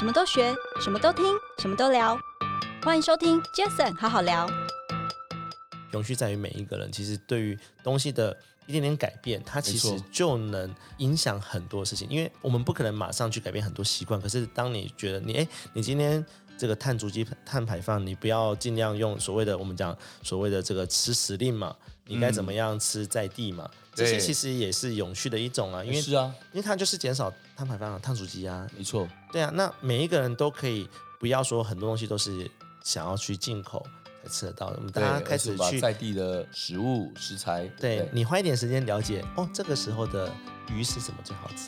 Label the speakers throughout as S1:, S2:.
S1: 什么都学，什么都听，什么都聊。欢迎收听 Jason 好好聊。
S2: 永续在于每一个人，其实对于东西的一点点改变，它其实就能影响很多事情。因为我们不可能马上去改变很多习惯，可是当你觉得你今天这个碳足迹、碳排放，你不要尽量用所谓的我们讲所谓的这个吃时令嘛，你该怎么样吃在地嘛，这些其实也是永续的一种啊。因为
S3: 是啊，
S2: 因为它就是减少碳排放、碳足迹啊。
S3: 没错，
S2: 对啊，那每一个人都可以不要说很多东西都是想要去进口才吃得到的，我们大家开始去
S3: 把在地的食物食材，
S2: 对你花一点时间了解哦，这个时候的鱼是什么最好吃。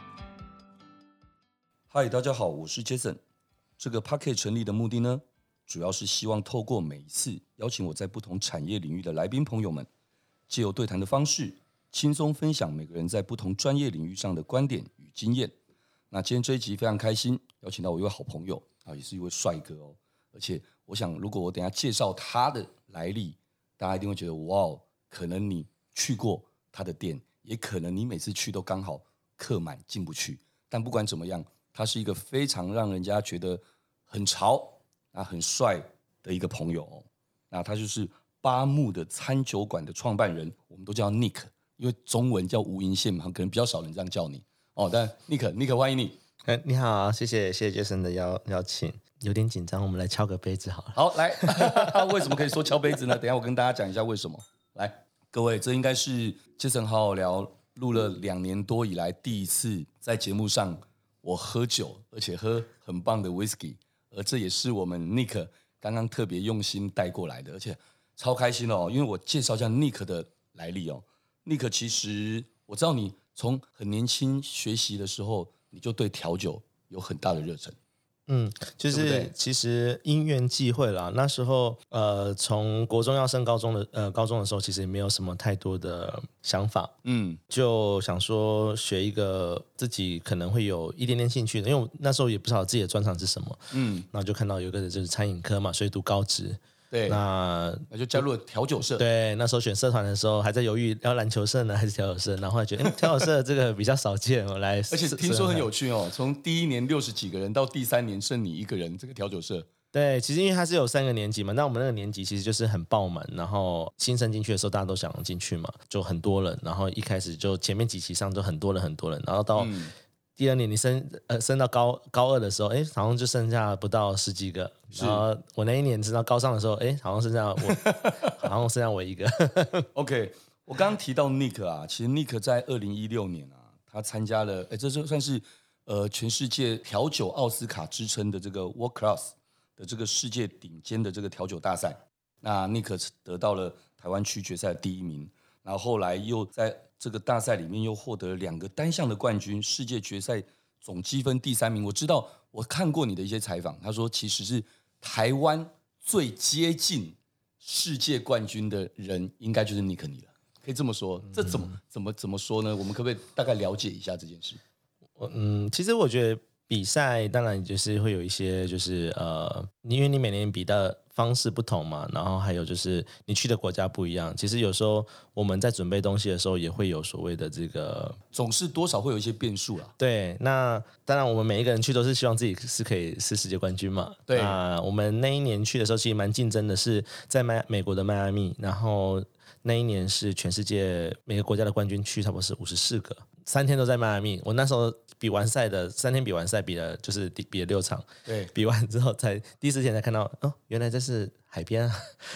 S3: 嗨，大家好，我是 Jason。这个 Podcast 成立的目的呢，主要是希望透过每一次邀请我在不同产业领域的来宾朋友们，借由对谈的方式，轻松分享每个人在不同专业领域上的观点与经验。那今天这一集非常开心，邀请到我一位好朋友啊，也是一位帅哥哦。而且我想，如果我等一下介绍他的来历，大家一定会觉得哇，可能你去过他的店，也可能你每次去都刚好客满进不去。但不管怎么样，他是一个非常让人家觉得很潮啊、很帅的一个朋友哦。那他就是八木的餐酒馆的创办人，我们都叫 Nick， 因为中文叫吴银宪嘛，可能比较少人这样叫你哦。但 Nick 欢迎你。
S2: 你好，谢谢 Jason 的邀请，有点紧张，我们来敲个杯子好了。
S3: 好，来，为什么可以说敲杯子呢？等一下我跟大家讲一下为什么。来，各位，这应该是 Jason 好好聊录了2年多以来第一次在节目上我喝酒，而且喝很棒的 whisky， 而这也是我们 Nick 刚刚特别用心带过来的，而且超开心哦，因为我介绍一下 Nick 的来历哦。Nick 其实我知道你从很年轻学习的时候，你就对调酒有很大的热忱。
S2: 就是
S3: 对对
S2: 其实因缘际会啦。那时候从国中要升高中的时候，其实也没有什么太多的想法，就想说学一个自己可能会有一点点兴趣的，因为我那时候也不知道自己的专长是什么，然后就看到有一个就是餐饮科嘛，所以读高职。
S3: 对，
S2: 那
S3: 就加入了调酒社。
S2: 对，那时候选社团的时候还在犹豫要篮球社呢还是调酒社，然后后来觉得调酒社这个比较少见，我来。
S3: 而且听说很有趣哦，从第1年60几个人到第3年剩你一个人，这个调酒社。
S2: 对，其实因为它是有3个年级嘛，那我们那个年级其实就是很爆满，然后新生进去的时候大家都想进去嘛，就很多人，然后一开始就前面几期上就很多人，然后到第2年你升到高2的时候，好像就剩下不到10几个，然后我那一年升到高3的时候，好像剩下我一个。
S3: OK， 我刚刚提到 Nick 啊，其实 Nick 在2016年啊，他参加了，这就算是全世界调酒奥斯卡之称的这个 World Class 的这个世界顶尖的这个调酒大赛。那 Nick 得到了台湾区决赛的第1名，然后后来又在这个大赛里面又获得了2个单项的冠军，世界决赛总积分第3名。我知道，我看过你的一些采访，他说其实是台湾最接近世界冠军的人，应该就是 Nick 你了，可以这么说。这怎么说呢？我们可不可以大概了解一下这件事？
S2: 其实我觉得比赛当然就是会有一些就是因为你每年比的方式不同嘛，然后还有就是你去的国家不一样，其实有时候我们在准备东西的时候也会有所谓的这个，
S3: 总是多少会有一些变数啦。
S2: 对，那当然我们每一个人去都是希望自己是可以是世界冠军嘛。
S3: 对，
S2: 我们那一年去的时候其实蛮竞争的，是在美国的迈阿密，然后那一年是全世界每个国家的冠军去差不多是54个，3天都在迈阿密。我那时候比完赛的3天比完赛比了6场，
S3: 对，
S2: 比完之后才第4天才看到哦，原来这是海边啊。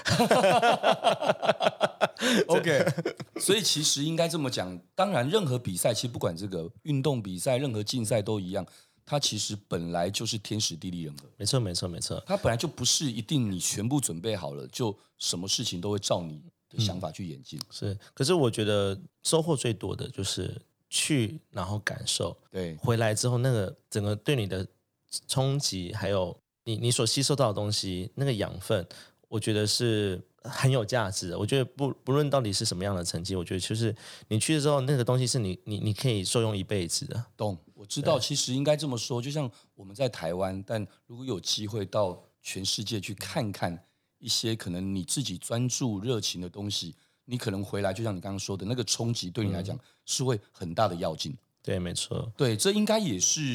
S3: OK， 所以其实应该这么讲，当然任何比赛，其实不管这个运动比赛，任何竞赛都一样，它其实本来就是天时地利人和。
S2: 没错，
S3: 它本来就不是一定你全部准备好了，就什么事情都会照你的想法去演进。
S2: 是，可是我觉得收获最多的就是去然后感受，
S3: 对，
S2: 回来之后那个整个对你的冲击，还有你所吸收到的东西，那个养分，我觉得是很有价值的。我觉得不论到底是什么样的成绩，我觉得就是你去之后那个东西是你可以受用一辈子的。
S3: 懂，我知道，其实应该这么说，就像我们在台湾，但如果有机会到全世界去看看一些可能你自己专注热情的东西，你可能回来就像你刚刚说的那个冲击对你来讲是会很大的要劲。
S2: 对，没错。
S3: 对，这应该也是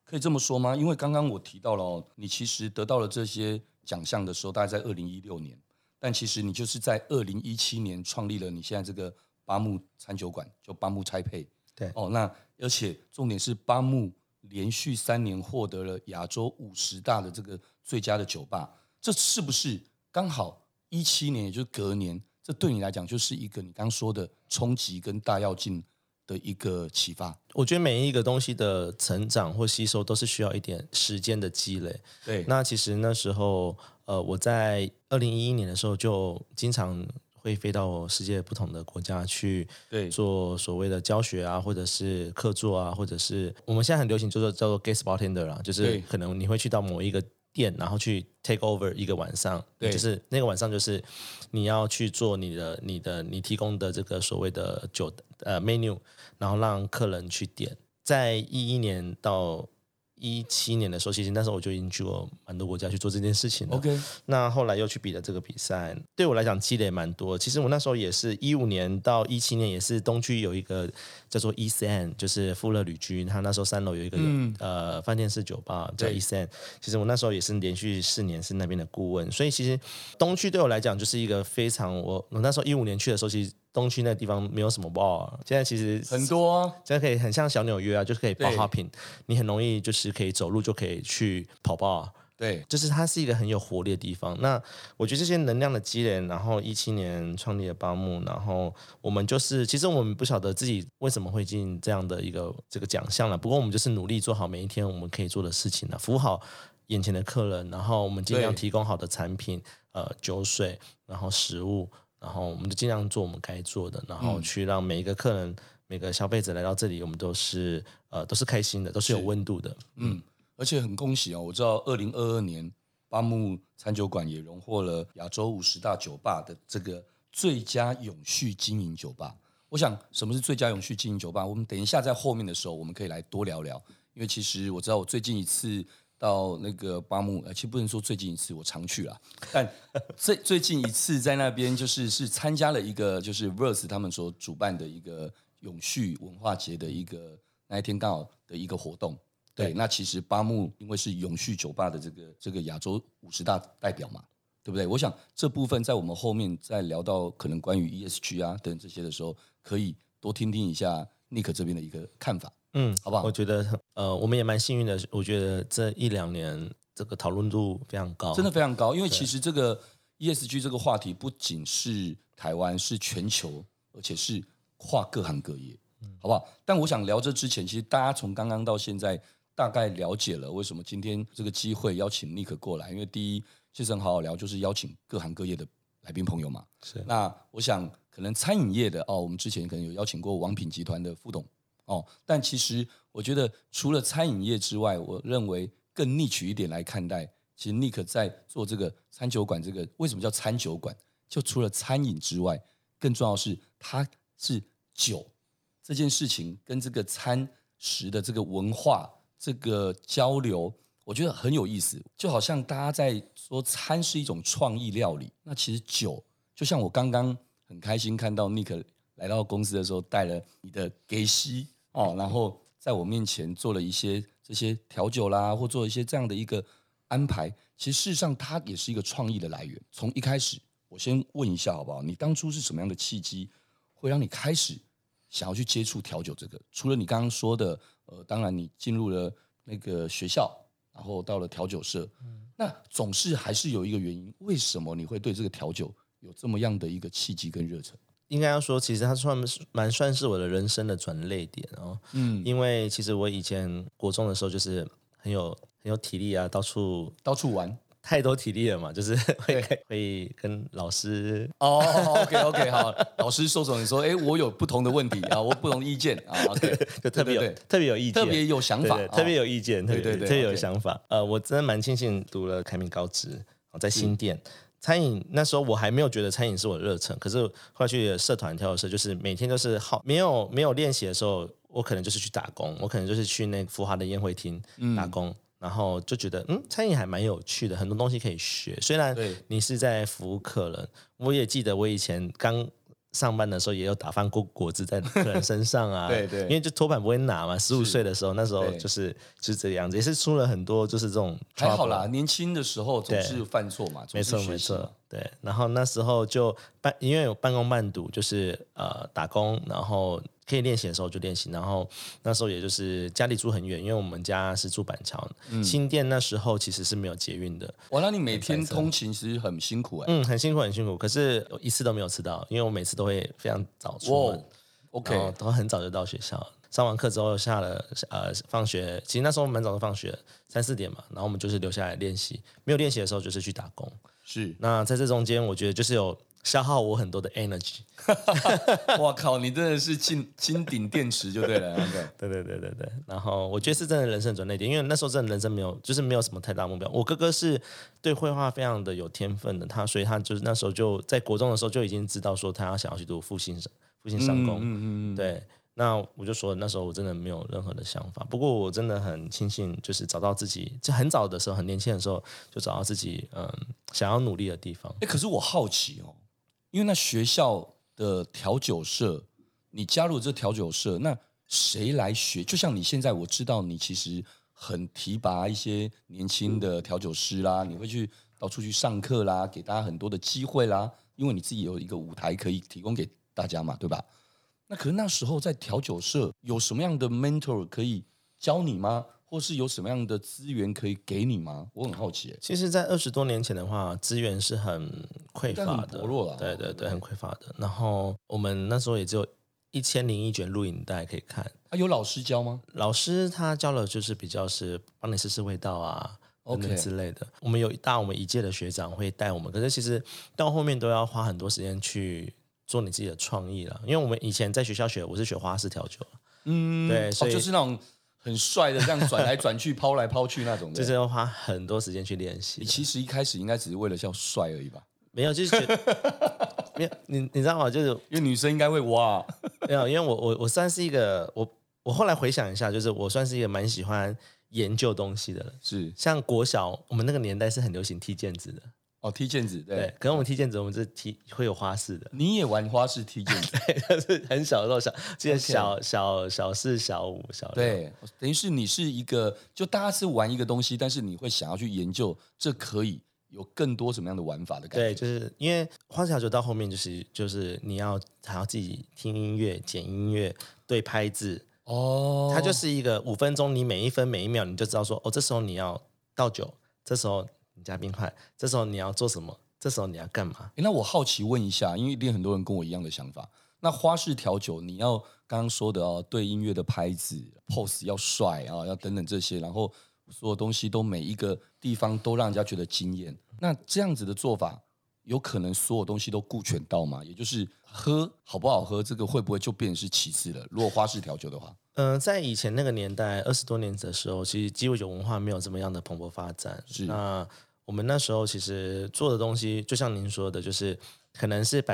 S3: 可以这么说吗？因为刚刚我提到了你其实得到了这些奖项的时候，大概在2016年，但其实你就是在2017年创立了你现在这个八木餐酒馆，就八木拆配。
S2: 对
S3: 那而且重点是八木连续3年获得了亚洲50大的这个最佳的酒吧，这是不是刚好17年，也就是隔年？这对你来讲就是一个你刚刚说的冲击跟大跃进的一个启发。
S2: 我觉得每一个东西的成长或吸收都是需要一点时间的积累。
S3: 对，
S2: 那其实那时候我在2011年的时候就经常会飞到世界不同的国家去做所谓的教学啊，或者是客座啊，或者是我们现在很流行叫做 guest bartender 啦，就是可能你会去到某一个店，然后去 take over 一个晚上，就是那个晚上就是你要去做你提供的这个所谓的酒menu， 然后让客人去点。在2011年到2017年的时候，其实那时候我就已经去过蛮多国家去做这件事情了。
S3: OK，
S2: 那后来又去比了这个比赛，对我来讲积累蛮多。其实我那时候也是15年到17年，也是东区有一个叫做 East End， 就是富乐旅居，他那时候3楼有一个饭店式酒吧叫 East End。其实我那时候也是连续4年是那边的顾问，所以其实东区对我来讲就是一个非常我那时候15年去的时候，其实东区那个地方没有什么 bar， 现在其实
S3: 很多啊，
S2: 现在可以很像小纽约啊，就是可以包 hopping， 你很容易就是可以走路就可以去跑 bar。
S3: 对，
S2: 就是它是一个很有活力的地方。那我觉得这些能量的积累，然后17年创立了八木，然后我们就是其实我们不晓得自己为什么会进这样的一个这个奖项了，不过我们就是努力做好每一天我们可以做的事情了，服务好眼前的客人，然后我们尽量提供好的产品，酒水，然后食物，然后我们就尽量做我们该做的，然后去让每一个客人、每个消费者来到这里，我们都是开心的，都是有温度的。
S3: 而且很恭喜我知道2022年八木餐酒馆也荣获了亚洲50大酒吧的这个最佳永续经营酒吧。我想什么是最佳永续经营酒吧，我们等一下在后面的时候我们可以来多聊聊。因为其实我知道我最近一次到那个八木，其实不能说最近一次，我常去啦，但最近一次在那边是参加了一个就是 Verse 他们所主办的一个永续文化节的一个那一天刚好的一个活动。对，那其实八木因为是永续酒吧的这个亚洲50大代表嘛，对不对？我想这部分在我们后面再聊到可能关于 ESG 啊等这些的时候，可以多听听一下 Nick 这边的一个看法，好不好？
S2: 我觉得我们也蛮幸运的，我觉得这1-2年这个讨论度非常高，
S3: 真的非常高。因为其实这个 ESG 这个话题不仅是台湾，是全球，而且是跨各行各业，好不好？但我想聊这之前，其实大家从刚刚到现在大概了解了为什么今天这个机会邀请 Nick 过来，因为第一Jason好好聊就是邀请各行各业的来宾朋友嘛。
S2: 是。
S3: 那我想可能餐饮业的我们之前可能有邀请过王品集团的副董但其实我觉得除了餐饮业之外，我认为更niche一点来看待，其实 Nick 在做这个餐酒馆，这个为什么叫餐酒馆？就除了餐饮之外，更重要的是它是酒这件事情跟这个餐食的这个文化。这个交流我觉得很有意思，就好像大家在说餐是一种创意料理，那其实酒就像我刚刚很开心看到 Nick 来到公司的时候带了你的给西然后在我面前做了一些这些调酒啦，或做一些这样的一个安排，其实事实上它也是一个创意的来源。从一开始我先问一下好不好，你当初是什么样的契机会让你开始想要去接触调酒这个？除了你刚刚说的当然你进入了那个学校，然后到了调酒社，那总是还是有一个原因，为什么你会对这个调酒有这么样的一个契机跟热忱？
S2: 应该要说，其实它算是我的人生的转捩点因为其实我以前国中的时候就是很有体力啊，到处
S3: 玩。
S2: 太多体力了嘛，就是会跟老师
S3: OK 好，老师说什么？你说我有不同的问题我不同的意见
S2: 对，就特别有意见，
S3: 特别有想法，
S2: 特别有意见，特别有想法。我真的蛮庆幸读了凯明高职，在新店餐饮。那时候我还没有觉得餐饮是我的热忱，可是后来去社团调酒社，就是每天都是没有练习的时候，我可能就是去打工，我可能就是去那个福华的宴会厅打工。然后就觉得餐饮还蛮有趣的，很多东西可以学。虽然你是在服务客人，我也记得我以前刚上班的时候也有打翻过果汁在客人身上啊，
S3: 对对，
S2: 因为就托盘不会拿嘛，15岁的时候，那时候就是这个样子，也是出了很多就是这种 trouble。
S3: 还好啦，年轻的时候总是犯错嘛，
S2: 没错没错，对。然后那时候就因为有半工半读，就是打工，然后可以练习的时候就练习，然后那时候也就是家里住很远，因为我们家是住板桥，新店那时候其实是没有捷运的。
S3: 哇，那你每天通勤其实很辛苦
S2: 很辛苦很辛苦，可是一次都没有迟到，因为我每次都会非常早出门
S3: ，OK，
S2: 都很早就到学校。上完课之后下了放学，其实那时候蛮早就放学，3、4点嘛，然后我们就是留下来练习，没有练习的时候就是去打工。
S3: 是，
S2: 那在这中间，我觉得就是有消耗我很多的 energy。
S3: 哇靠，你真的是金顶电池就对了。
S2: 对。然后我觉得是真的人生转捩点，因为那时候真的人生没有什么太大目标。我哥哥是对绘画非常的有天分的，所以他就是那时候就在国中的时候就已经知道说他想要去读复兴商工。对。那我就说那时候我真的没有任何的想法，不过我真的很庆幸，就是找到自己，就很早的时候，很年轻的时候就找到自己想要努力的地方。
S3: 可是我好奇哦，因为那学校的调酒社，你加入这调酒社，那谁来学？就像你现在，我知道你其实很提拔一些年轻的调酒师啦，你会去到处去上课啦，给大家很多的机会啦，因为你自己有一个舞台可以提供给大家嘛，对吧？那可是那时候在调酒社有什么样的 mentor 可以教你吗？或是有什么样的资源可以给你吗？我很好奇。
S2: 其实，在20多年前的话，资源是很匮乏的，
S3: 很薄弱了。
S2: 对，很匮乏的。然后我们那时候也只有1001卷录影带可以看。
S3: 有老师教吗？
S2: 老师他教的就是比较是帮你试试味道啊。等等之类的。我们有我们一届的学长会带我们，可是其实到后面都要花很多时间去做你自己的创意了，因为我们以前在学校我是学花式调酒，对，所以
S3: 就是那种很帅的这样转来转去、抛来抛去那种的，
S2: 就是要花很多时间去练习。
S3: 你其实一开始应该只是为了要帅而已吧？
S2: 没有，就是觉得没有你知道吗？就是
S3: 因为女生应该会哇，
S2: 没有，因为我算是一个我后来回想一下，就是我算是一个蛮喜欢研究东西的人，
S3: 是
S2: 像国小我们那个年代是很流行踢毽子的。
S3: 踢毽子，对，
S2: 可能我们踢毽子，我们是会有花式的。
S3: 你也玩花式踢毽子？
S2: 对，就是很小的时候，记得小4、小5、小6。
S3: 对，等于是你是一个，就大家是玩一个东西，但是你会想要去研究，这可以有更多什么样的玩法的感觉？
S2: 对，就是因为花式调酒到后面就是你还要自己听音乐、剪音乐、对拍子。它就是一个5分钟，你每一分每一秒你就知道说，这时候你要倒酒，这时候你加冰块，这时候你要做什么？这时候你要干嘛？
S3: 那我好奇问一下，因为一定很多人跟我一样的想法。那花式调酒，你要刚刚说的对音乐的拍子、pose 要帅啊，要等等这些，然后所有东西都每一个地方都让人家觉得惊艳。那这样子的做法，有可能所有东西都顾全到吗？也就是喝好不好喝，这个会不会就变成是其次了？如果花式调酒的话。
S2: 在以前那个年代，20多年的时候，其实鸡尾酒文化没有这么样的蓬勃发展。
S3: 是
S2: 那我们那时候其实做的东西，就像您说的，就是可能是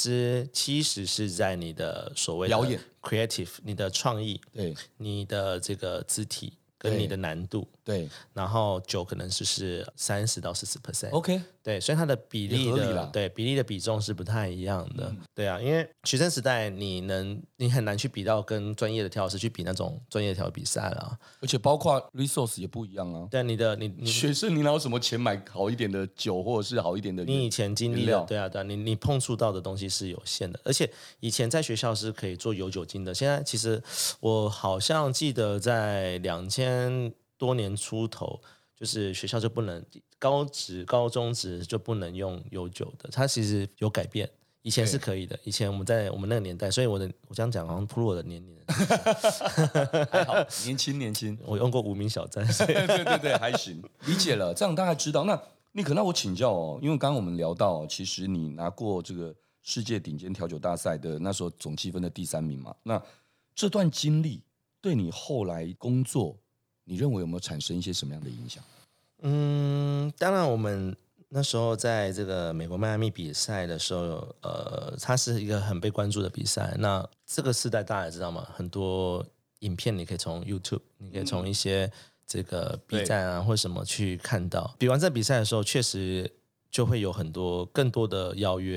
S2: 70%是在你的所谓的
S3: 表演
S2: creative， 你的创意，
S3: 对，
S2: 你的这个肢体跟你的难度，
S3: 对，
S2: 然后酒可能就是30到40%。
S3: OK，
S2: 对，所以它的比例比例的比重是不太一样的。对啊，因为学生时代你很难去比到跟专业的调酒师去比那种专业的调酒比赛啦，
S3: 而且包括 resource 也不一样啊。
S2: 对，你
S3: 学生你哪有什么钱买好一点的酒或者是好一点的？
S2: 你以前经历的，对啊，你碰触到的东西是有限的，而且以前在学校是可以做有酒精的，现在其实我好像记得在2000多年出头，就是学校就不能高中职就不能用有酒的，它其实有改变。以前是可以的，以前我们那个年代，所以我这样讲好像暴露我的年龄。
S3: 还好，年轻，
S2: 我用过无名小站，
S3: 对，还行，理解了，这样大概知道。那你可能我请教因为刚刚我们聊到其实你拿过这个世界顶尖调酒大赛的那时候总积分的第3名嘛，那这段经历对你后来工作，你认为有没有产生一些什么样的影响？
S2: 当然我们那时候在这个美国迈阿密比赛的时候，它是一个很被关注的比赛。那这个时代大家也知道嘛，很多影片你可以从 YouTube， 你可以从一些这个 B 站啊或什么去看到。比完这比赛的时候，确实就会有更多的邀约，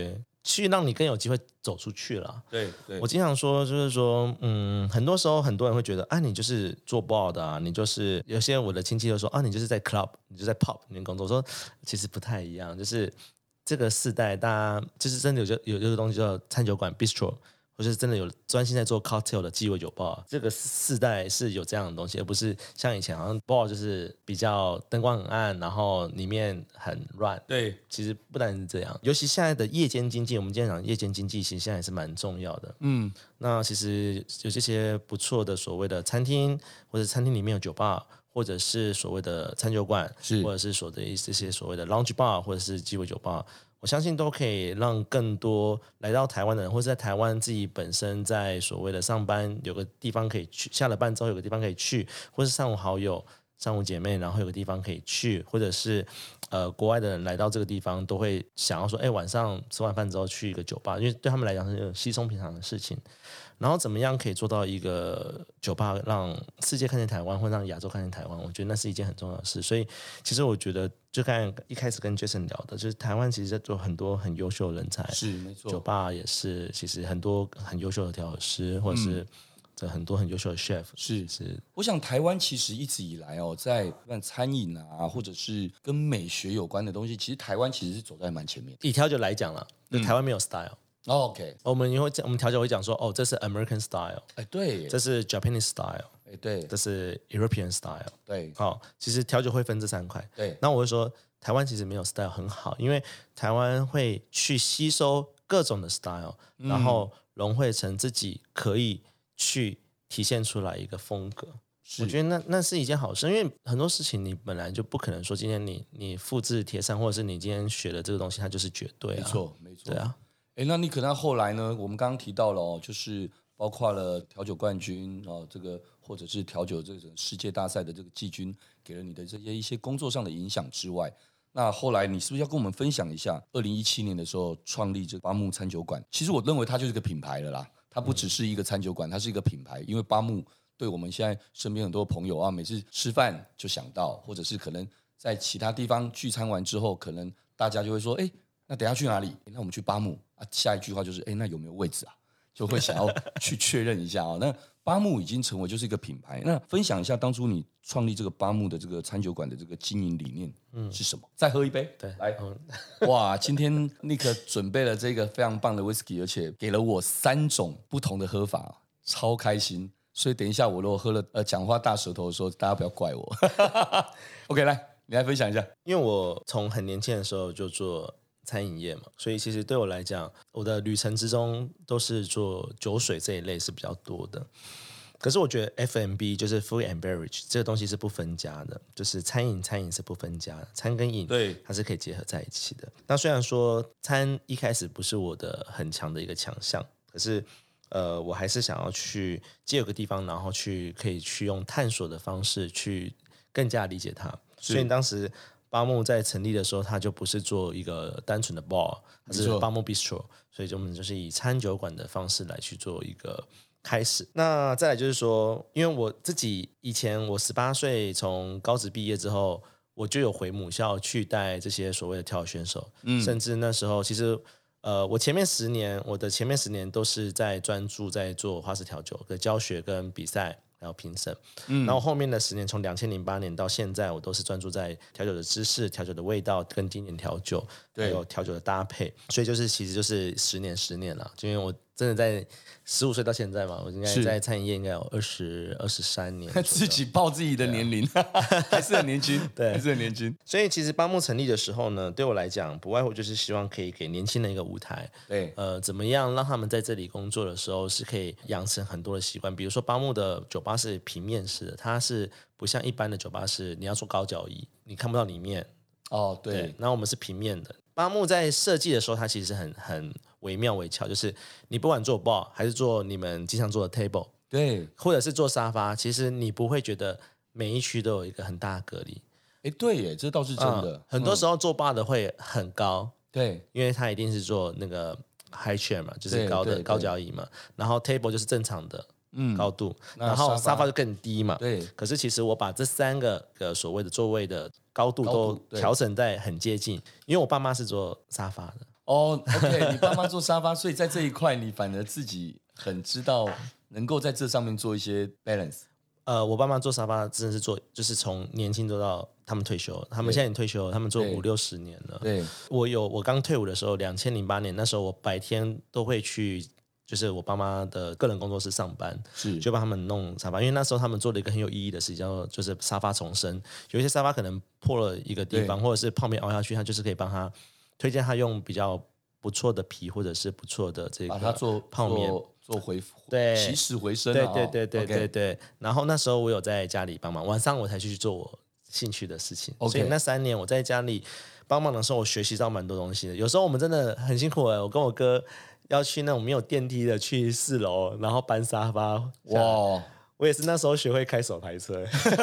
S2: 去让你更有机会走出去了。
S3: 对对，
S2: 我经常说，就是说，很多时候很多人会觉得，啊，你就是做 bar 的啊，你就是有些我的亲戚就说，啊，你就是在 club， 你就在 pub 里面工作。我说其实不太一样，就是这个世代大家就是真的有这个东西叫餐酒馆 bistro。或是真的有专心在做 cocktail 的鸡尾酒吧，这个世代是有这样的东西，而不是像以前好像 bar 就是比较灯光很暗，然后里面很乱。
S3: 对，
S2: 其实不单是这样，尤其现在的夜间经济，我们今天讲夜间经济，其实现在也是蛮重要的。那其实有这些不错的所谓的餐厅，或者餐厅里面有酒吧，或者是所谓的餐酒馆，或者是这些所谓的 lounge bar， 或者是鸡尾酒吧。我相信都可以让更多来到台湾的人，或者在台湾自己本身在所谓的上班有个地方可以去，下了班之后有个地方可以去，或是三五好友、三五姐妹，然后有个地方可以去，或者是国外的人来到这个地方都会想要说，晚上吃完饭之后去一个酒吧，因为对他们来讲是稀松平常的事情。然后怎么样可以做到一个酒吧让世界看见台湾，或让亚洲看见台湾？我觉得那是一件很重要的事。所以其实我觉得，就刚才一开始跟 Jason 聊的，就是台湾其实在做很多很优秀的人才，
S3: 是没错，
S2: 酒吧也是，其实很多很优秀的调酒师，或者是很多很优秀的 chef，
S3: 是。我想台湾其实一直以来在餐饮啊，或者是跟美学有关的东西，其实台湾其实是走在蛮前面的。
S2: 以调酒来讲啦，台湾没有 style。OK， 我们调酒会讲说，这是 American style，
S3: 对，
S2: 这是 Japanese style，
S3: 对，
S2: 这是 European style，
S3: 对，
S2: 好，其实调酒会分这3块，
S3: 对。
S2: 那我会说，台湾其实没有 style 很好，因为台湾会去吸收各种的 style，然后融汇成自己可以去体现出来一个风格。我觉得那是一件好事，因为很多事情你本来就不可能说今天你复制贴上，或者是你今天学的这个东西它就是绝对啊，
S3: 没错，
S2: 对啊。
S3: 那你可能后来呢？我们刚刚提到了就是包括了调酒冠军这个或者是调酒这个世界大赛的这个季军，给了你的这些一些工作上的影响之外，那后来你是不是要跟我们分享一下2017年的时候创立这巴木餐酒馆？其实我认为它就是个品牌了啦，它不只是一个餐酒馆，它是一个品牌。因为巴木对我们现在身边很多朋友每次吃饭就想到，或者是可能在其他地方聚餐完之后，可能大家就会说，那等一下去哪里？那我们去巴木啊。下一句话就是，那有没有位置啊？就会想要去确认一下那巴木已经成为就是一个品牌。那分享一下当初你创立这个巴木的这个餐酒馆的这个经营理念是什么？再喝一杯，
S2: 对，
S3: 来，哇，今天Nick准备了这个非常棒的 whisky， 而且给了我3种不同的喝法，超开心。所以等一下我如果喝了讲话大舌头的时候，大家不要怪我。OK， 来，你来分享一下。
S2: 因为我从很年轻的时候就做餐饮业嘛，所以其实对我来讲，我的旅程之中都是做酒水这一类是比较多的。可是我觉得 F&B 就是 Food and Beverage 这个东西是不分家的，就是餐饮是不分家的，餐跟饮
S3: 对
S2: 它是可以结合在一起的。那虽然说餐一开始不是我的很强的一个强项，可是我还是想要去借有个地方，然后可以去用探索的方式去更加理解它。所以当时巴木在成立的时候，它就不是做一个单纯的 bar， 它是巴木 bistro， 所以我们就是以餐酒馆的方式来去做一个开始。那再来就是说，因为我自己以前我18岁从高职毕业之后，我就有回母校去带这些所谓的调酒选手，甚至那时候其实我的前面10年都是在专注在做花式调酒的教学跟比赛。然后评审，然后后面的10年，从2008年到现在，我都是专注在调酒的知识、调酒的味道跟经典调酒，还有调酒的搭配，所以其实就是10年了，就因为我真的在15岁到现在嘛，我应该在餐饮业应该有23年，
S3: 自己报自己的年龄，还是很年轻，
S2: 对，
S3: 还是很年轻。
S2: 所以其实巴木成立的时候呢，对我来讲，不外乎就是希望可以给年轻人一个舞台，
S3: 对，
S2: 怎么样让他们在这里工作的时候是可以养成很多的习惯，比如说巴木的酒吧是平面式的，它是不像一般的酒吧是你要做高脚椅，你看不到里面。
S3: 对，
S2: 然后我们是平面的。巴木在设计的时候，它其实很惟妙惟肖，就是你不管做 bar 还是做你们经常做的 table，
S3: 对，
S2: 或者是做沙发，其实你不会觉得每一区都有一个很大的隔离。
S3: 对耶，这倒是真的。
S2: 很多时候做 bar 的会很高，
S3: 对，
S2: 因为它一定是做那个 high chair 嘛，就是高脚椅嘛，然后 table 就是正常的高度，然后沙发就更低嘛。
S3: 对，
S2: 可是其实我把这3个所谓的座位的高度都调整在很接近，因为我爸妈是做沙发的，
S3: 哦，OK， 你爸妈做沙发，所以在这一块你反而自己很知道能够在这上面做一些 balance。
S2: 我爸妈做沙发真的是做，就是从年轻做到他们退休，他们现在已经退休了，他们做50-60年了。
S3: 对，
S2: 我刚退伍的时候，2008年那时候我白天都会去，就是我爸妈的个人工作室上班，就帮他们弄沙发，因为那时候他们做了一个很有意义的事情，叫做就是沙发重生。有一些沙发可能破了一个地方，或者是泡面凹下去，他就是可以帮他推荐他用比较不错的皮或者是不错的这个
S3: 把它做
S2: 泡面。
S3: 做回
S2: 对
S3: 起死回生
S2: 对。然后那时候我有在家里帮忙，晚上我才去做我兴趣的事情。所以那3年我在家里帮忙的时候，我学习到蛮多东西的。有时候我们真的很辛苦我跟我哥要去那种没有电梯的去4楼，然后搬沙发。哇！我也是那时候学会开手排车。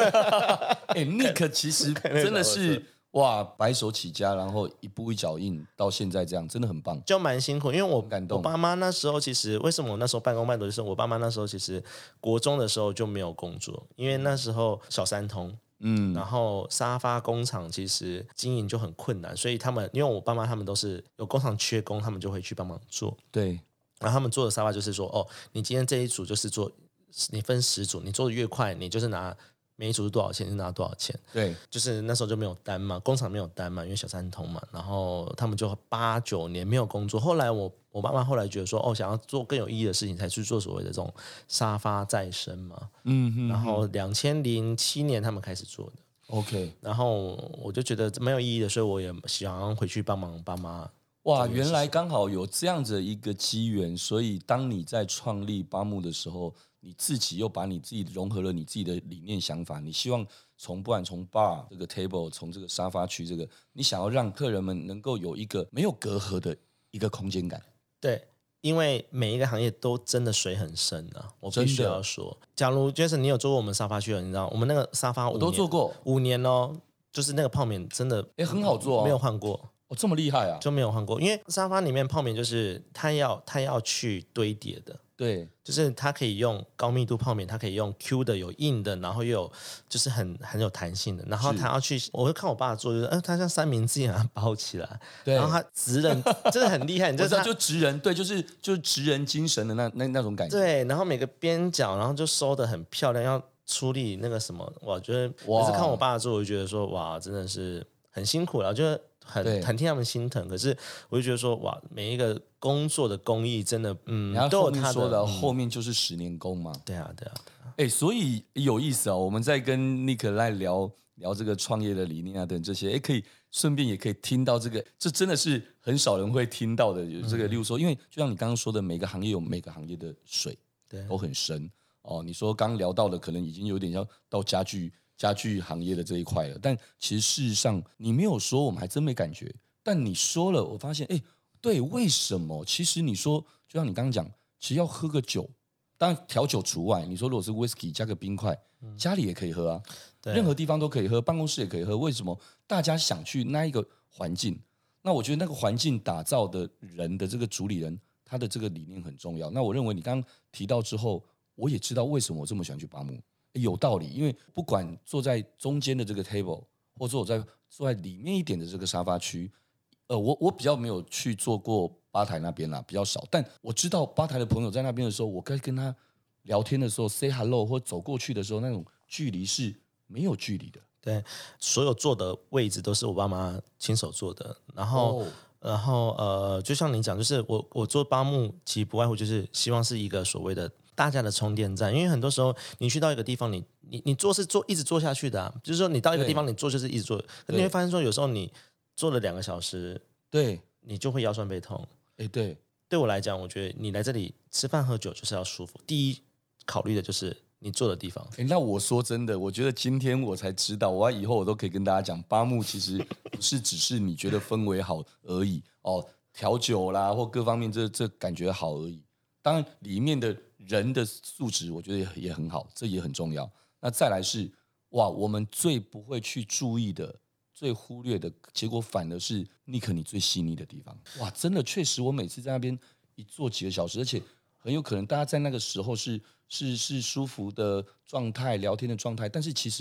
S3: Nick 其实真的是。哇，白手起家，然后一步一脚印到现在这样，真的很棒，
S2: 就蛮辛苦。因为我爸妈那时候其实为什么我那时候半工半读，就是我爸妈那时候其实国中的时候就没有工作，因为那时候小三通，然后沙发工厂其实经营就很困难，所以他们因为我爸妈他们都是有工厂缺工，他们就会去帮忙做。
S3: 对，
S2: 然后他们做的沙发就是说，哦，你今天这一组就是做，你分10组，你做的越快，你就是拿。每一组是多少钱就拿多少钱，
S3: 对，
S2: 就是那时候就没有单嘛，工厂没有单嘛，因为小三通嘛，然后他们就8-9年没有工作。后来我爸妈后来觉得说，哦，想要做更有意义的事情，才去做所谓的这种沙发再生嘛，然后2007年他们开始做的
S3: ，OK，
S2: 然后我就觉得蛮有意义的，所以我也想要回去帮忙爸妈。
S3: 哇，原来刚好有这样子一个机缘，所以当你在创立巴木的时候。你自己又把你自己融合了你自己的理念想法，你希望不管从 bar 这个 table， 从这个沙发区这个，你想要让客人们能够有一个没有隔阂的一个空间感。
S2: 对，因为每一个行业都真的水很深啊，我必须要说。假如 Jason 你有做过我们沙发区的，你知道我们那个沙发
S3: 我都做过
S2: 5年哦，就是那个泡棉真的
S3: 很好做
S2: 没有换过。
S3: 这么厉害啊！
S2: 就没有换过，因为沙发里面泡棉就是它要去堆叠的，
S3: 对，
S2: 就是它可以用高密度泡棉，它可以用 Q 的，有硬的，然后又有就是很有弹性的，然后它要去，我会看我爸做，就是它像三明治一样包起来，然后它职人真的很厉害，你知道
S3: 就职人，对，就是职人精神的那种感觉，
S2: 对，然后每个边角，然后就收的很漂亮，要处理那个什么，我觉得每次看我爸做，我就觉得说哇，真的是很辛苦了，我觉得。很替他们心疼，可是我就觉得说，哇，每一个工作的工艺真的，都有他
S3: 的。后面就是10年功嘛。
S2: 对啊。
S3: 所以有意思啊！我们在跟 Nick 来聊这个创业的理念啊等这些，可以顺便也可以听到这个，这真的是很少人会听到的。这个，例如说，因为就像你刚刚说的，每个行业有每个行业的水，都很深哦。你说刚聊到的，可能已经有点要到家具行业的这一块了，但其实事实上你没有说，我们还真没感觉。但你说了，我发现，对，为什么？其实你说，就像你刚刚讲，其实要喝个酒，当然调酒除外。你说如果是 whisky 加个冰块，家里也可以喝啊，任何地方都可以喝，办公室也可以喝。为什么大家想去那一个环境？那我觉得那个环境打造的人的这个主理人，他的这个理念很重要。那我认为你刚刚提到之后，我也知道为什么我这么喜欢去巴木。有道理，因为不管坐在中间的这个 table， 或者我坐在里面一点的这个沙发区，我比较没有去做过吧台那边啦，比较少。但我知道吧台的朋友在那边的时候，我该跟他聊天的时候 say hello， 或走过去的时候，那种距离是没有距离的。
S2: 对，所有坐的位置都是我爸妈亲手做的，然后就像你讲，就是我做巴木，其实不外乎就是希望是一个所谓的。大家的充电站，因为很多时候你去到一个地方，你做是一直做下去的啊，就是说你到一个地方你做就是一直做，可你会发现说有时候你做了2个小时，
S3: 对，
S2: 你就会腰酸背痛。
S3: 对
S2: 我来讲，我觉得你来这里吃饭喝酒就是要舒服，第一考虑的就是你坐的地方。
S3: 那我说真的，我觉得今天我才知道，我以后我都可以跟大家讲，巴木其实不是只是你觉得氛围好而已哦，调酒啦或各方面这感觉好而已。当然里面的人的素质我觉得也很好，这也很重要。那再来是我们最不会去注意的最忽略的结果，反而是Nick你最细腻的地方。真的确实我每次在那边一坐几个小时，而且很有可能大家在那个时候是舒服的状态，聊天的状态，但是其实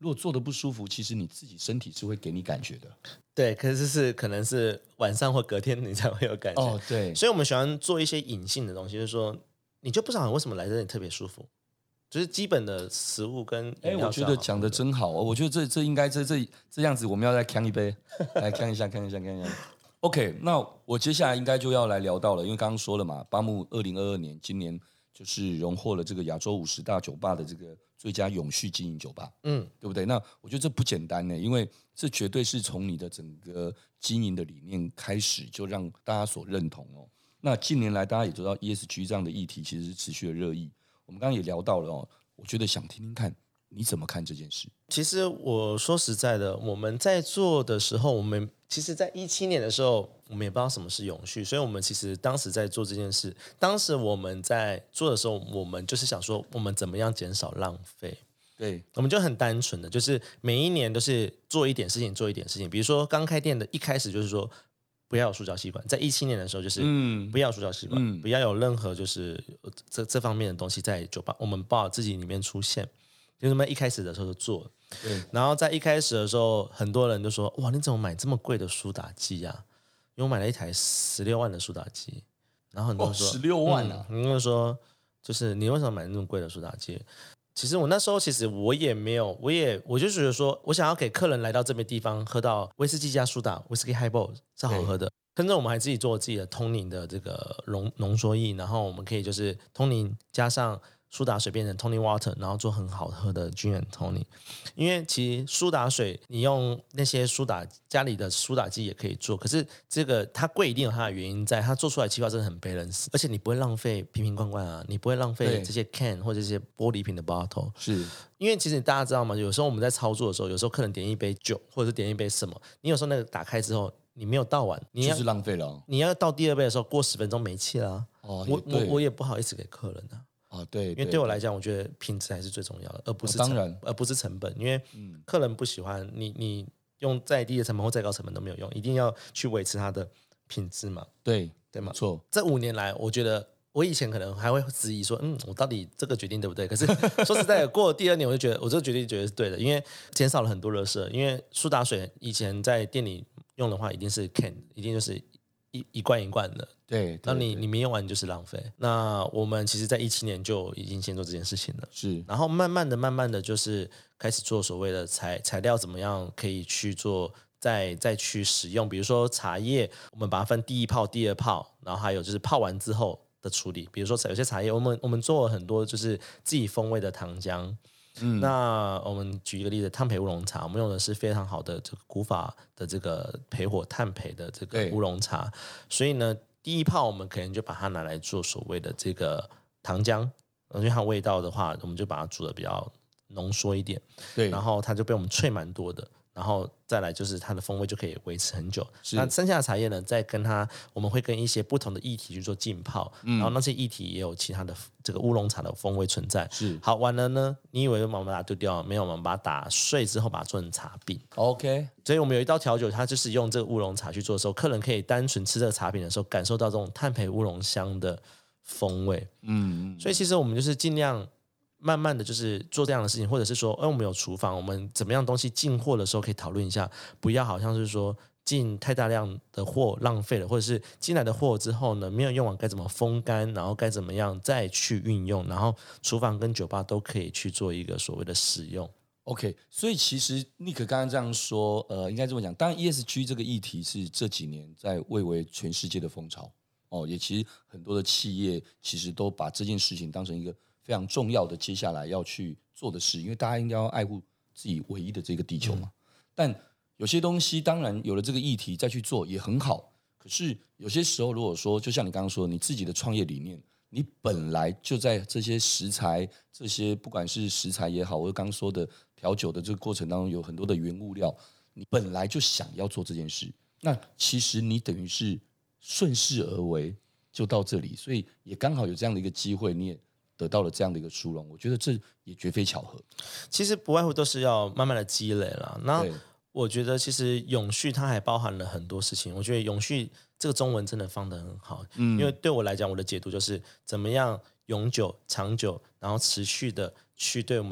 S3: 如果做的不舒服，其实你自己身体是会给你感觉的。
S2: 对，可能是晚上或隔天你才会有感觉。
S3: 哦，对，
S2: 所以我们喜欢做一些隐性的东西，就是说你就不知道为什么来这里特别舒服，就是基本的食物跟饮料。
S3: 我觉得讲的真好，我觉得这应该这样子，我们要再扛一杯，来扛一下。OK， 那我接下来应该就要来聊到了，因为刚刚说了嘛，巴木2022年今年就是荣获了这个亚洲50大酒吧的这个最佳永续经营酒吧，对不对？那我觉得这不简单呢，因为这绝对是从你的整个经营的理念开始，就让大家所认同哦。那近年来大家也知道 ESG 这样的议题其实是持续的热议，我们刚刚也聊到了哦，我觉得想听听看你怎么看这件事。
S2: 其实我说实在的，我们在做的时候，我们其实在2017年的时候，我们也不知道什么是永续，所以我们其实当时在做这件事，当时我们在做的时候，我们就是想说，我们怎么样减少浪费。
S3: 对，
S2: 我们就很单纯的，就是每一年都是做一点事情，比如说刚开店的一开始就是说不要有塑胶吸管，在2017年的时候就是不要有塑胶吸管，不要有任何就是这方面的东西在酒吧，我们报自己里面出现，就是我们一开始的时候就做了。
S3: 对，
S2: 然后在一开始的时候，很多人就说：“哇，你怎么买这么贵的苏打机啊？”因为我买了一台16万的苏打机，然后很多人说
S3: 16万啊，
S2: 很多人说就是你为什么买那么贵的苏打机？其实我那时候我也没有，我就觉得说我想要给客人来到这边地方喝到威士忌加苏打，威士忌 highball 是好喝的。甚至我们还自己做自己的通宁的这个浓缩液，然后我们可以就是通宁加上苏打水变成 tonic water， 然后做很好喝的 gin and tonic。因为其实苏打水你用那些家里的苏打机也可以做，可是这个它贵一定有它的原因在，它做出来的气泡真的很 balance， 而且你不会浪费瓶瓶罐罐啊，你不会浪费这些 can 或者这些玻璃瓶的 bottle。
S3: 是
S2: 因为其实大家知道吗？有时候我们在操作的时候，有时候客人点一杯酒或者是点一杯什么，你有时候那个打开之后你没有倒完，你
S3: 就是浪费了哦。
S2: 你要倒第二杯的时候，过10分钟没气了啊。我也不好意思给客人啊。
S3: 对，
S2: 因为对我来讲，我觉得品质还是最重要的，而不是而不是成本。因为客人不喜欢你用再低的成本或再高成本都没有用，一定要去维持它的品质嘛。
S3: 对
S2: 吗？
S3: 错。
S2: 这5年来，我觉得我以前可能还会质疑说，我到底这个决定对不对？可是说实在的，过了第2年，我就觉得我这个决定绝对是对的，因为减少了很多垃圾。因为苏打水以前在店里用的话，一定是 can， 一定就是一罐一罐的。
S3: 对，
S2: 那你没用完，你就是浪费。那我们其实在2017年就已经先做这件事情了，
S3: 是。
S2: 然后慢慢的就是开始做所谓的材料怎么样可以去做，再去使用。比如说茶叶，我们把它分第1泡、第2泡，然后还有就是泡完之后的处理。比如说有些茶叶，我们做了很多就是自己风味的糖浆。那我们举一个例子，炭焙乌龙茶，我们用的是非常好的这个古法的这个焙火炭焙的这个乌龙茶，所以呢，第1泡我们可能就把它拿来做所谓的这个糖浆，因为它味道的话，我们就把它煮的比较浓缩一点，
S3: 对，
S2: 然后它就被我们萃蛮多的。然后再来就是它的风味就可以维持很久。那剩下的茶叶呢，再跟它，我们会跟一些不同的液体去做浸泡，然后那些液体也有其他的这个乌龙茶的风味存在。
S3: 是
S2: 好完了呢，你以为我们把它丢掉，没有，我们把它打碎之后把它做成茶饼。
S3: OK，
S2: 所以我们有一道调酒，它就是用这个乌龙茶去做的时候，客人可以单纯吃这个茶饼的时候，感受到这种炭焙乌龙香的风味。所以其实我们就是尽量慢慢的就是做这样的事情，或者是说，我们有厨房，我们怎么样东西进货的时候可以讨论一下，不要好像是说进太大量的货浪费了，或者是进来的货之后呢没有用完该怎么风干，然后该怎么样再去运用，然后厨房跟酒吧都可以去做一个所谓的使用。
S3: OK， 所以其实Nick刚刚这样说，应该这么讲，当然 ESG 这个议题是这几年在蔚为全世界的风潮哦，也其实很多的企业其实都把这件事情当成一个非常重要的接下来要去做的事，因为大家应该要爱护自己唯一的这个地球嘛。但有些东西当然有了这个议题再去做也很好，可是有些时候如果说就像你刚刚说你自己的创业理念，你本来就在这些食材，这些不管是食材也好，我刚刚说的调酒的这个过程当中有很多的原物料，你本来就想要做这件事，那其实你等于是顺势而为就到这里，所以也刚好有这样的一个机会，你也得到了这样的一个殊荣，我觉得这也绝非巧合。
S2: 其实不外乎都是要慢慢的积累啦。那我觉得其实永续它还包含了很多事情，我觉得永续这个中文真的放得很好，因为对我来讲，我的解读就是怎么样永久、长久，然后持续的去对我们的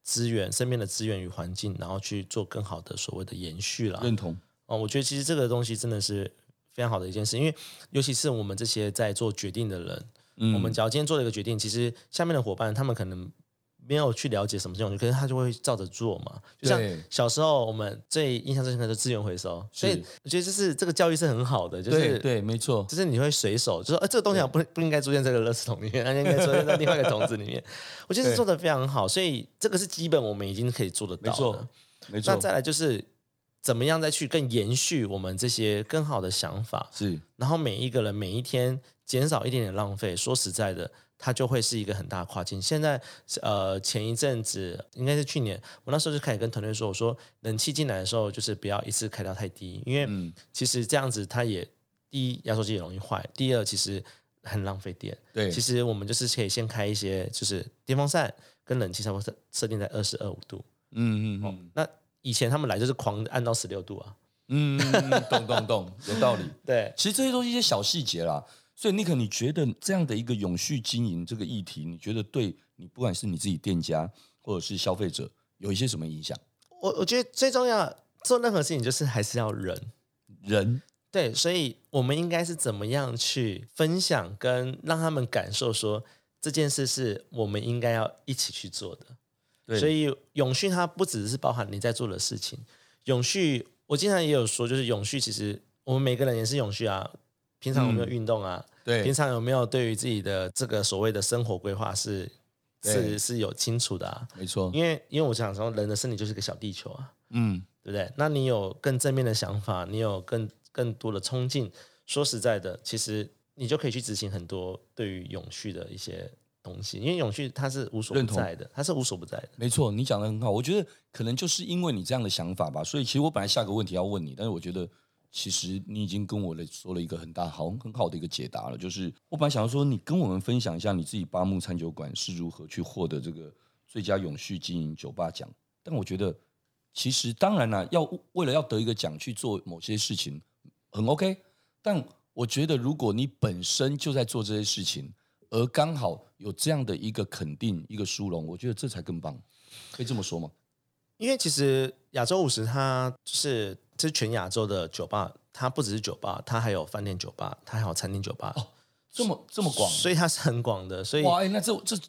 S2: 资源、身边的资源与环境，然后去做更好的所谓的延续啦。
S3: 认同。
S2: 我觉得其实这个东西真的是非常好的一件事，因为尤其是我们这些在做决定的人，我们只要今天做了一个决定，其实下面的伙伴他们可能没有去了解什么是永续，可是他就会照着做嘛。就像小时候我们最印象最深刻的资源回收，所以我觉得就是这个教育是很好的，就是
S3: 对，没错，
S2: 就是你会随手就说，这个东西不应该出现在这个垃圾桶里面，它应该出现在另外一个桶子里面。我觉得做的非常好，所以这个是基本我们已经可以做得到的。
S3: 没错。
S2: 那再来就是怎么样再去更延续我们这些更好的想法，
S3: 是，
S2: 然后每一个人每一天减少一点点浪费，说实在的，它就会是一个很大的跨境。现在前一阵子应该是去年，我那时候就开始跟团队说，我说冷气进来的时候就是不要一次开到太低，因为其实这样子它也第一压缩机也容易坏，第二其实很浪费电。
S3: 对，
S2: 其实我们就是可以先开一些就是电风扇跟冷气差不多设定在20-25度。那以前他们来就是狂按到16度啊。
S3: 懂，有道理。
S2: 对，
S3: 其实这些都是一些小细节啦。所以Nick，你觉得这样的一个永续经营这个议题，你觉得对你不管是你自己店家或者是消费者有一些什么影响？
S2: 我觉得最重要做任何事情就是还是要人。对，所以我们应该是怎么样去分享跟让他们感受说这件事是我们应该要一起去做的。
S3: 对，
S2: 所以永续它不只是包含你在做的事情，永续我经常也有说，就是永续其实我们每个人也是永续啊。平常有没有运动啊？
S3: 对，
S2: 平常有没有对于自己的这个所谓的生活规划是有清楚的啊？
S3: 没错，
S2: 因为我想说，人的身体就是个小地球啊，对不对？那你有更正面的想法，你有更多的冲劲，说实在的，其实你就可以去执行很多对于永续的一些东西，因为永续它是无所不在的，它是无所不在的。
S3: 没错，你讲得很好，我觉得可能就是因为你这样的想法吧，所以其实我本来下个问题要问你，但是我觉得其实你已经跟我说了一个很好的一个解答了，就是我本来想要说你跟我们分享一下你自己八木餐酒馆是如何去获得这个最佳永续经营酒吧奖，但我觉得其实当然啦，为了要得一个奖去做某些事情很 OK， 但我觉得如果你本身就在做这些事情，而刚好有这样的一个肯定一个殊荣，我觉得这才更棒，可以这么说吗？
S2: 因为其实亚洲50它是全亚洲的酒吧，它不只是酒吧，它还有饭店酒吧，它还有餐厅酒吧，
S3: 这么广，
S2: 所以它是很广的。所以
S3: 哇，那这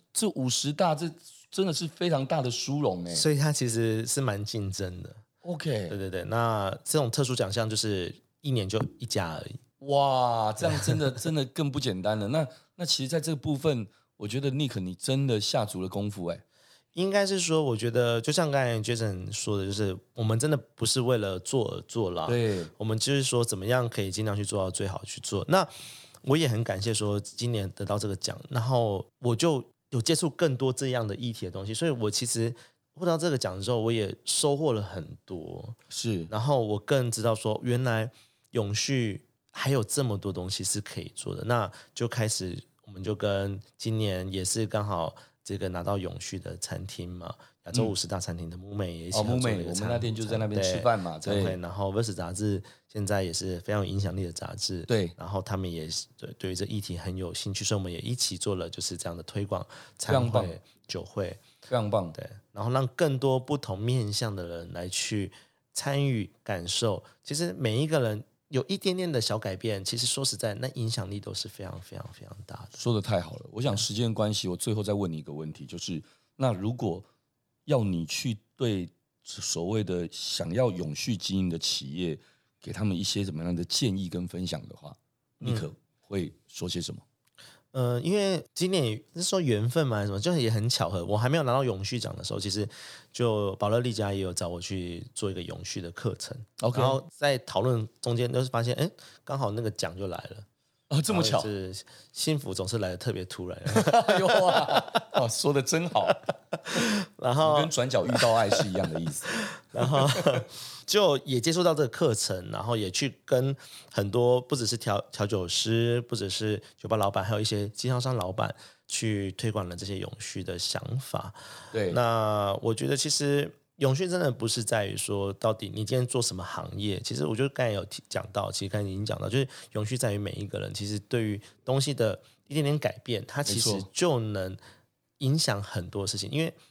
S3: 50大，这真的是非常大的殊荣哎。
S2: 所以它其实是蛮竞争的。
S3: OK，
S2: 对，那这种特殊奖项就是1年就1家而已。
S3: 哇，这样真的更不简单了。那其实，在这个部分，我觉得 Nick 你真的下足了功夫哎。
S2: 应该是说，我觉得就像刚才 Jason 说的，就是我们真的不是为了做而做啦。
S3: 对，
S2: 我们就是说怎么样可以尽量去做到最好去做。那我也很感谢说今年得到这个奖，然后我就有接触更多这样的议题的东西，所以我其实获得到这个奖之后，我也收获了很多。
S3: 是，
S2: 然后我更知道说，原来永续还有这么多东西是可以做的。那就开始，我们就跟今年也是刚好这个拿到永续的餐厅嘛，亚洲50大餐厅的木美也一起
S3: 木美，我们那天就在那边吃饭嘛，
S2: 对。然后 Verse 杂志现在也是非常有影响力的杂志，
S3: 对。
S2: 然后他们也对于这议题很有兴趣，所以我们也一起做了就是这样的推广餐会、酒会，
S3: 非常棒。
S2: 对，然后让更多不同面向的人来去参与感受。其实每一个人有一点点的小改变，其实说实在，那影响力都是非常非常非常大的。
S3: 说得太好了，我想时间关系，我最后再问你一个问题，就是那如果要你去对所谓的想要永续经营的企业，给他们一些怎么样的建议跟分享的话，你可会说些什么？
S2: 因为今年是说缘分嘛，还是什么，就是也很巧合。我还没有拿到永续奖的时候，其实就宝乐利家也有找我去做一个永续的课程。
S3: Okay.
S2: 然后在讨论中间，就是发现，哎，刚好那个奖就来了。
S3: 这么巧，
S2: 是幸福总是来的特别突然。
S3: 哎呦哇，说的真好。
S2: 然后
S3: 跟转角遇到爱是一样的意思。
S2: 然后就也接触到这个课程，然后也去跟很多不只是调酒师，不只是酒吧老板，还有一些经销商老板去推广了这些永续的想法。
S3: 对，
S2: 那我觉得其实永续真的不是在于说到底你今天做什么行业，其实我觉得刚才有讲到，其实刚才已经讲到，就是永续在于每一个人，其实对于东西的一点点改变，它其实就能影响很多事情，因为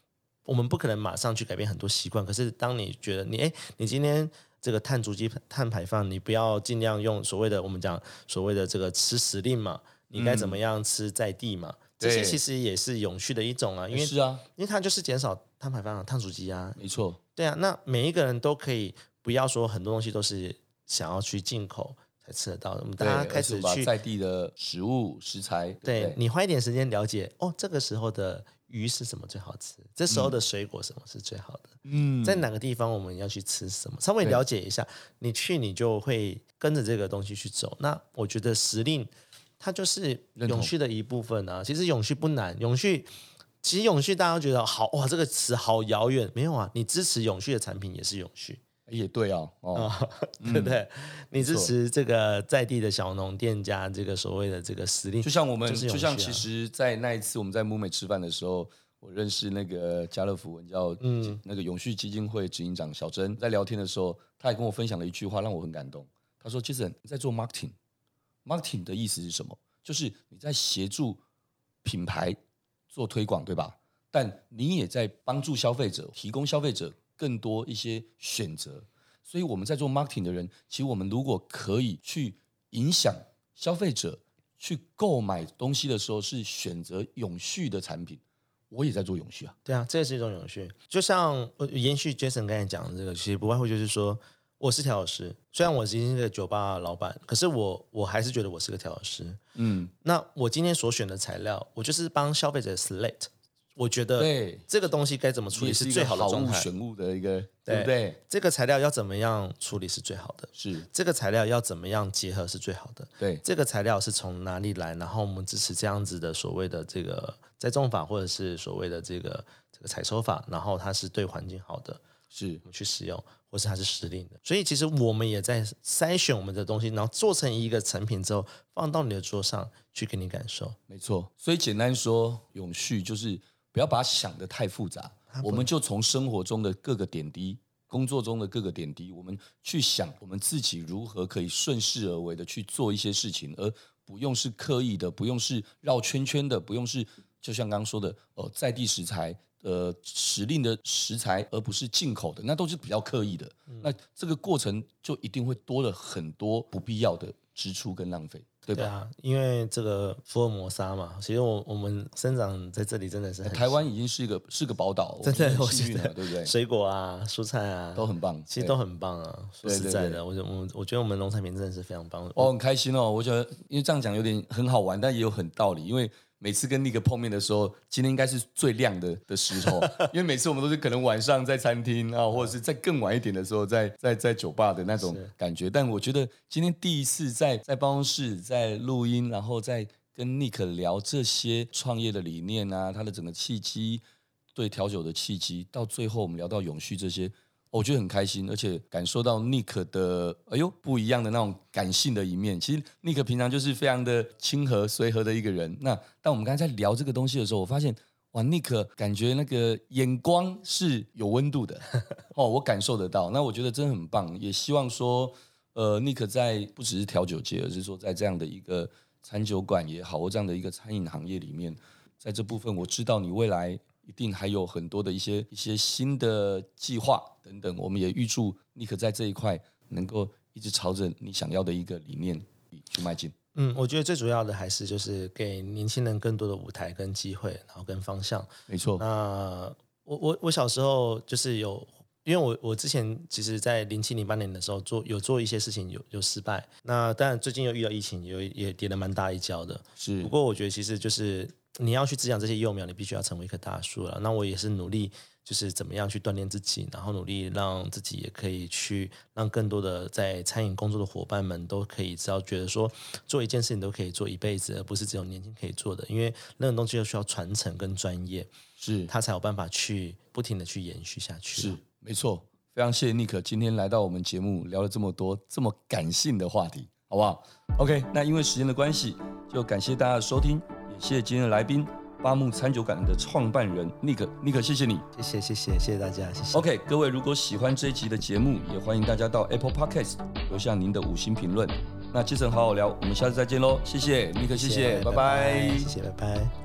S2: 我们不可能马上去改变很多习惯，可是当你觉得你今天这个碳足迹碳排放，你不要尽量用所谓的我们讲所谓的这个吃时令嘛，你该怎么样吃在地嘛，这些其实也是永续的一种啊，因为
S3: 是啊，
S2: 因为它就是减少碳排放的碳足迹啊，
S3: 没错，
S2: 对啊，那每一个人都可以不要说很多东西都是想要去进口才吃得到的，我们大家开始去
S3: 把在地的食物食材，
S2: 对你花一点时间了解这个时候的鱼是什么最好吃，这时候的水果什么是最好的，在哪个地方我们要去吃什么，稍微了解一下，你就会跟着这个东西去走。那我觉得时令它就是永续的一部分啊。其实永续不难，其实永续大家都觉得好哇，这个词好遥远，没有啊，你支持永续的产品也是永续。
S3: 也对啊，
S2: 对不对？你支持这个在地的小农店家，这个所谓的这个实力，
S3: 就像其实，在那一次我们在木美吃饭的时候，我认识那个家乐福文教那个永续基金会执行长小珍，在聊天的时候，他也跟我分享了一句话，让我很感动。他说 ：“Jason， 你在做 marketing 的意思是什么？就是你在协助品牌做推广，对吧？但你也在帮助消费者，提供消费者更多一些选择。所以我们在做 marketing 的人，其实我们如果可以去影响消费者去购买东西的时候，是选择永续的产品。我也在做永续啊。
S2: 对啊，这也是一种永续。就像延续 Jason 刚才讲的这个，其实不外乎就是说，我是调酒师，虽然我已经是个酒吧老板，可是我还是觉得我是个调酒师。那我今天所选的材料，我就是帮消费者 select。我觉得这个东西该怎么处理是最好的状态，
S3: 选物的一个，对不对？
S2: 这个材料要怎么样处理是最好的，
S3: 是
S2: 这个材料要怎么样结合是最好的，
S3: 对，
S2: 这个材料是从哪里来，然后我们支持这样子的所谓的这个栽种法，或者是所谓的这个采收法，然后它是对环境好的，
S3: 是
S2: 我们去使用，或是它是时令的。所以其实我们也在筛选我们的东西，然后做成一个成品之后，放到你的桌上去给你感受。
S3: 没错，所以简单说，永续就是不要把它想得太复杂，我们就从生活中的各个点滴，工作中的各个点滴，我们去想我们自己如何可以顺势而为的去做一些事情，而不用是刻意的，不用是绕圈圈的，不用是就像刚刚说的在地食材时令的食材，而不是进口的，那都是比较刻意的。那这个过程就一定会多了很多不必要的支出跟浪费。对吧？
S2: 对啊，因为这个福尔摩沙嘛，其实我们生长在这里真的是
S3: 台湾已经是个宝岛，
S2: 真的
S3: 很幸运了，对不对？
S2: 水果啊、蔬菜啊
S3: 都很棒，
S2: 其实都很棒啊。说实在的，我觉得我们农产品真的是非常棒。
S3: 很开心哦！我觉得因为这样讲有点很好玩，但也有很道理，因为每次跟Nick碰面的时候，今天应该是最亮的时候，因为每次我们都是可能晚上在餐厅啊，或者是在更晚一点的时候，在酒吧的那种感觉。但我觉得今天第一次在办公室在录音，然后在跟Nick聊这些创业的理念啊，他的整个契机，对调酒的契机，到最后我们聊到永续这些。我觉得很开心，而且感受到Nick的不一样的那种感性的一面。其实Nick平常就是非常的亲和随和的一个人。那当我们刚才在聊这个东西的时候，我发现哇，Nick感觉那个眼光是有温度的我感受得到。那我觉得真的很棒，也希望说Nick 在不只是调酒界，而是说在这样的一个餐酒馆也好，或这样的一个餐饮行业里面，在这部分我知道你未来一定还有很多的一些新的计划等等，我们也预祝Nick在这一块能够一直朝着你想要的一个理念去迈进。
S2: 我觉得最主要的还是就是给年轻人更多的舞台跟机会，然后跟方向。
S3: 没错。
S2: 那我小时候就是因为我之前其实在07、08年的时候有做一些事情有失败，那当然最近又遇到疫情，也跌了蛮大一跤的。
S3: 是。
S2: 不过我觉得其实就是你要去滋养这些幼苗，你必须要成为一棵大树了。那我也是努力，就是怎么样去锻炼自己，然后努力让自己也可以去让更多的在餐饮工作的伙伴们都可以觉得说做一件事情都可以做一辈子，而不是只有年轻可以做的。因为那种东西就需要传承跟专业，
S3: 是
S2: 他才有办法去不停的去延续下去。
S3: 是，没错。非常谢谢Nick今天来到我们节目，聊了这么多这么感性的话题，好不好 ？OK， 那因为时间的关系，就感谢大家的收听。谢谢今天的来宾，八木餐酒馆的创办人Nick，谢谢你，
S2: 谢谢大家，谢谢。
S3: OK， 各位如果喜欢这一集的节目，也欢迎大家到 Apple Podcast 留下您的5星评论。那Jason好好聊，我们下次再见喽，谢谢Nick，谢谢，拜拜，
S2: 谢谢，拜拜。